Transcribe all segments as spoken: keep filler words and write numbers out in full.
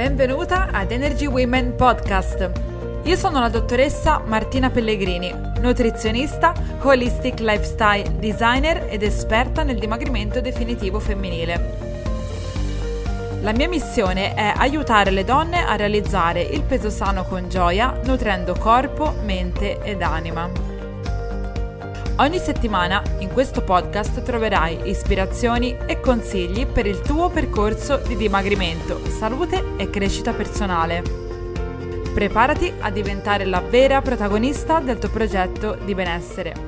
Benvenuta ad Energy Women Podcast. Io sono la dottoressa Martina Pellegrini, nutrizionista, holistic lifestyle designer ed esperta nel dimagrimento definitivo femminile. La mia missione è aiutare le donne a realizzare il peso sano con gioia, nutrendo corpo, mente ed anima. Ogni settimana in questo podcast troverai ispirazioni e consigli per il tuo percorso di dimagrimento, salute e crescita personale. Preparati a diventare la vera protagonista del tuo progetto di benessere.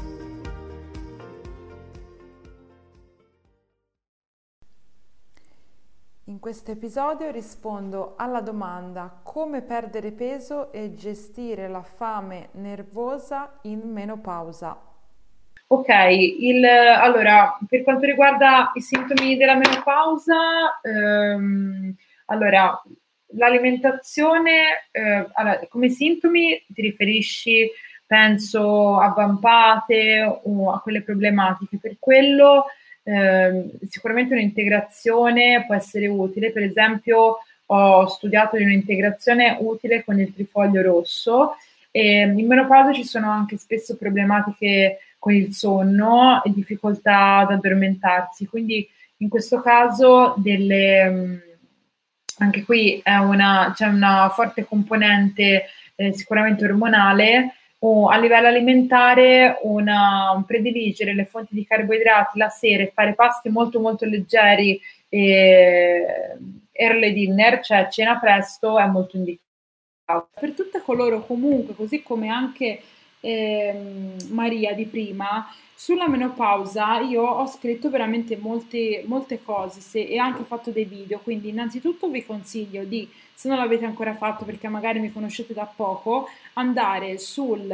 In questo episodio rispondo alla domanda: come perdere peso e gestire la fame nervosa in menopausa. Ok, il, allora per quanto riguarda i sintomi della menopausa, ehm, allora l'alimentazione, eh, allora, come sintomi ti riferisci, penso, a vampate o a quelle problematiche. Per quello eh, sicuramente un'integrazione può essere utile. Per esempio ho studiato di un'integrazione utile con il trifoglio rosso. E in menopausa ci sono anche spesso problematiche con il sonno e difficoltà ad addormentarsi, quindi in questo caso delle, anche qui è una, c'è una forte componente eh, sicuramente ormonale, o a livello alimentare una, un prediligere le fonti di carboidrati la sera e fare pasti molto molto leggeri e early dinner, cioè cena presto, è molto indicato. Per tutte coloro comunque, così come anche eh, Maria di prima, sulla menopausa io ho scritto veramente molte, molte cose se, e anche fatto dei video, quindi innanzitutto vi consiglio di, se non l'avete ancora fatto perché magari mi conoscete da poco, andare sul,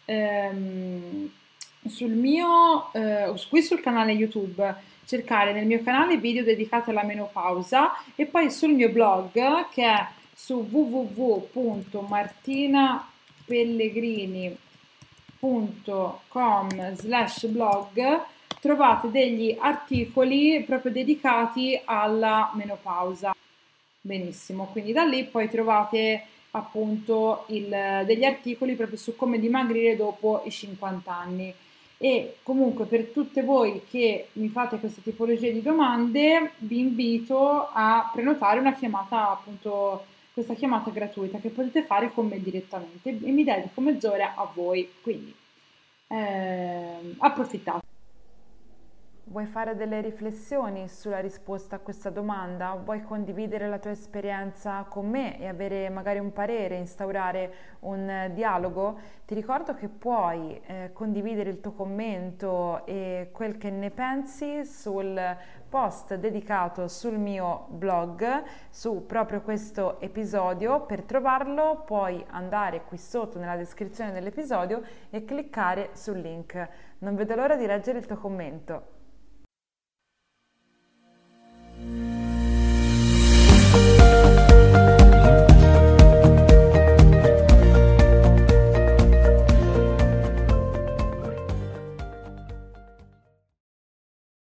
ehm, sul mio, eh, qui sul canale YouTube, cercare nel mio canale video dedicati alla menopausa e poi sul mio blog che è su w w w punto martinapellegrini punto com slash blog trovate degli articoli proprio dedicati alla menopausa. Benissimo, quindi da lì poi trovate appunto il, degli articoli proprio su come dimagrire dopo i cinquanta anni. E comunque per tutte voi che mi fate questa tipologia di domande vi invito a prenotare una chiamata, appunto questa chiamata gratuita che potete fare con me direttamente e mi dedico mezz'ora a voi, quindi eh, approfittate. Vuoi fare delle riflessioni sulla risposta a questa domanda? Vuoi condividere la tua esperienza con me e avere magari un parere, instaurare un eh, dialogo? Ti ricordo che puoi eh, condividere il tuo commento e quel che ne pensi sul post dedicato sul mio blog su proprio questo episodio. Per trovarlo puoi andare qui sotto nella descrizione dell'episodio e cliccare sul link. Non vedo l'ora di leggere il tuo commento.